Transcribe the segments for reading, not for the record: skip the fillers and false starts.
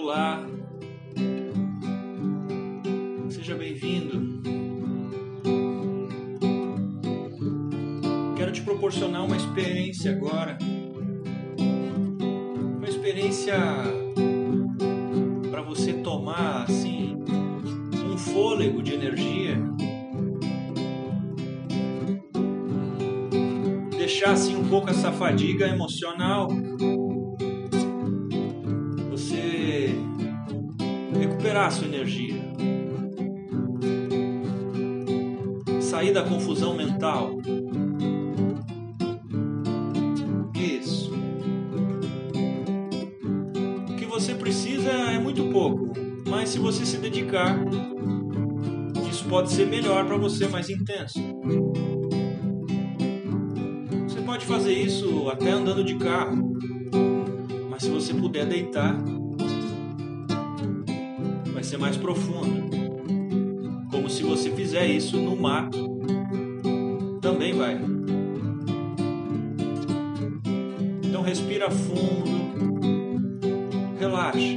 Olá, seja bem-vindo. Quero te proporcionar uma experiência agora, uma experiência para você tomar assim um fôlego de energia, deixar assim um pouco essa fadiga emocional, você recuperar a sua energia, sair da confusão mental. Isso. O que você precisa é muito pouco, mas se você se dedicar, isso pode ser melhor para você, mais intenso. Você pode fazer isso até andando de carro, mas se você puder deitar, vai ser mais profundo. Como se você fizer isso no mato, também vai. Então respira fundo, relaxa.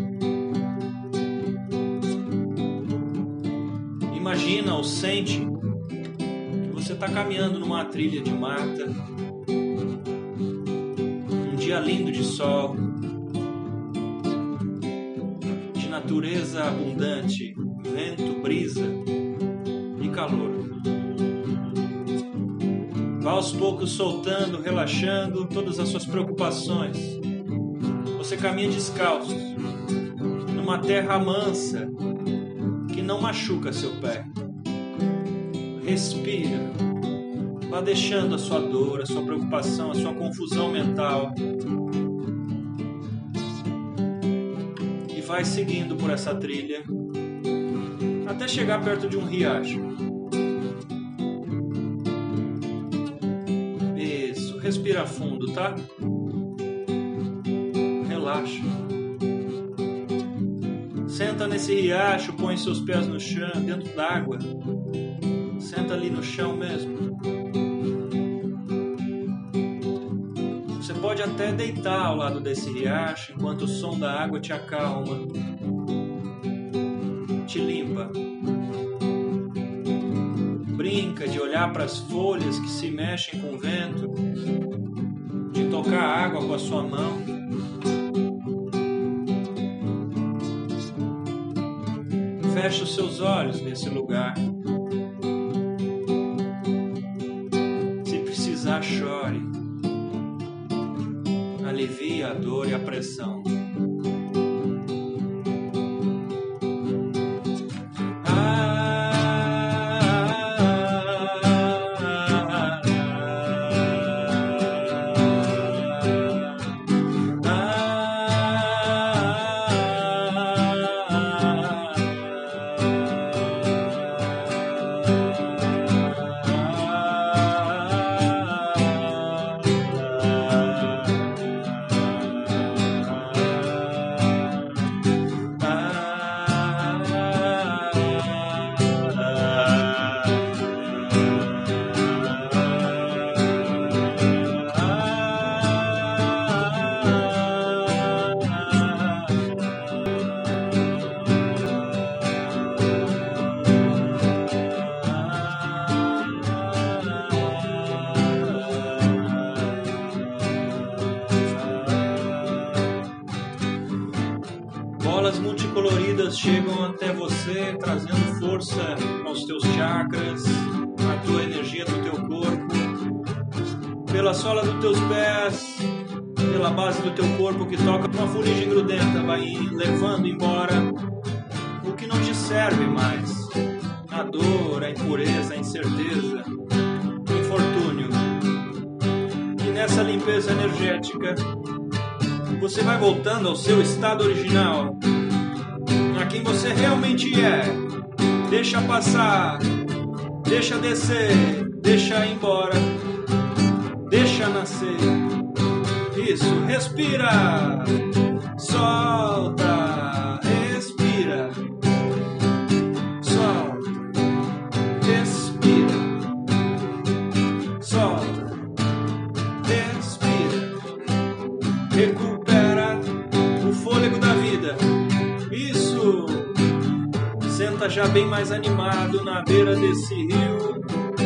Imagina ou sente que você está caminhando numa trilha de mata, um dia lindo de sol, de natureza abundante, vento, brisa e calor. Vá aos poucos soltando, relaxando todas as suas preocupações. Você caminha descalço, numa terra mansa, que não machuca seu pé. Respira. Vá deixando a sua dor, a sua preocupação, a sua confusão mental. E vai seguindo por essa trilha até chegar perto de um riacho. Isso, respira fundo, tá? Relaxa. Senta nesse riacho, põe seus pés no chão, dentro d'água. Senta ali no chão mesmo. Você pode até deitar ao lado desse riacho enquanto o som da água te acalma, te limpa. Brinca de olhar para as folhas que se mexem com o vento, de tocar a água com a sua mão. Fecha os seus olhos nesse lugar. Se precisar, chore. Alivia a dor e a pressão. Bolas multicoloridas chegam até você, trazendo força aos teus chakras, à tua energia do teu corpo, pela sola dos teus pés, pela base do teu corpo que toca uma fuligem grudenta, vai levando embora o que não te serve mais, a dor, a impureza, a incerteza, o infortúnio. E nessa limpeza energética, você vai voltando ao seu estado original, a quem você realmente é. Deixa passar, deixa descer, deixa ir embora, deixa nascer. Isso, respira, solta, respira, solta, respira, solta, respira, recupera o fôlego da vida. levanta já bem mais animado na beira desse rio.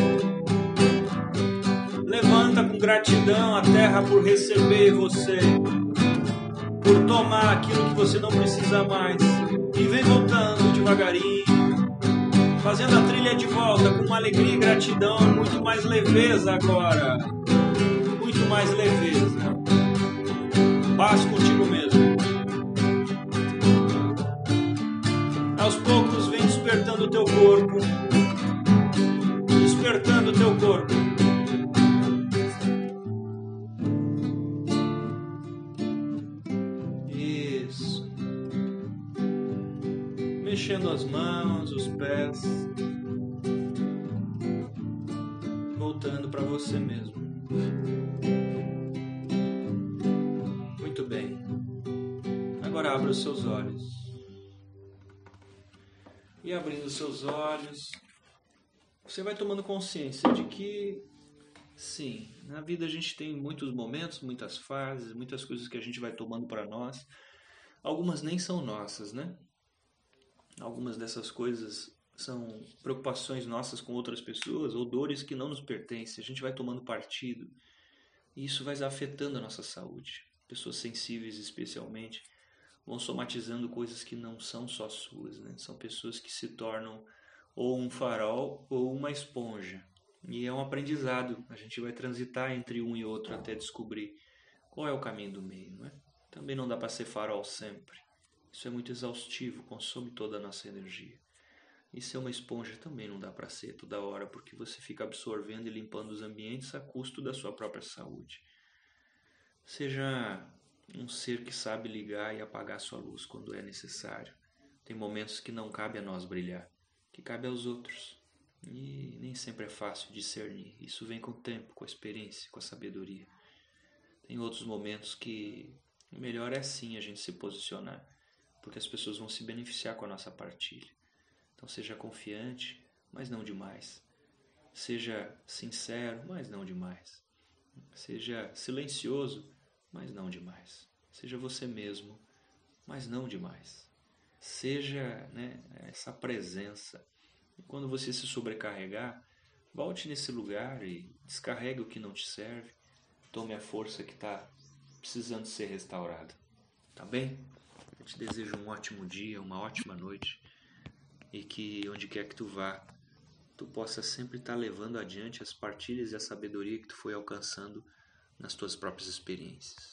Levanta com gratidão a terra por receber você, por tomar aquilo que você não precisa mais. E vem voltando devagarinho, fazendo a trilha de volta com alegria e gratidão, muito mais leveza agora. Muito mais leveza. Paz contigo mesmo. Aos poucos vem despertando o teu corpo. Despertando o teu corpo. Isso. Mexendo as mãos, os pés. Voltando para você mesmo. Muito bem. Agora abra os seus olhos. E abrindo os seus olhos, você vai tomando consciência de que, sim, na vida a gente tem muitos momentos, muitas fases, muitas coisas que a gente vai tomando para nós. Algumas nem são nossas, né? Algumas dessas coisas são preocupações nossas com outras pessoas ou dores que não nos pertencem. A gente vai tomando partido e isso vai afetando a nossa saúde. Pessoas sensíveis especialmente vão somatizando coisas que não são só suas, né? São pessoas que se tornam ou um farol ou uma esponja. E é um aprendizado. A gente vai transitar entre um e outro até descobrir qual é o caminho do meio, não é? Também não dá para ser farol sempre. Isso é muito exaustivo, consome toda a nossa energia. E ser uma esponja também não dá para ser toda hora, porque você fica absorvendo e limpando os ambientes a custo da sua própria saúde. Seja um ser que sabe ligar e apagar sua luz quando é necessário. Tem momentos que não cabe a nós brilhar, que cabe aos outros. E nem sempre é fácil discernir. Isso vem com o tempo, com a experiência, com a sabedoria. Tem outros momentos que o melhor é sim a gente se posicionar, porque as pessoas vão se beneficiar com a nossa partilha. Então seja confiante, mas não demais. Seja sincero, mas não demais. Seja silencioso, mas não demais. Seja você mesmo, mas não demais. Seja, né, essa presença. E quando você se sobrecarregar, volte nesse lugar e descarregue o que não te serve. Tome a força que está precisando ser restaurada. Tá bem? Eu te desejo um ótimo dia, uma ótima noite. E que onde quer que tu vá, tu possa sempre estar levando adiante as partilhas e a sabedoria que tu foi alcançando nas tuas próprias experiências.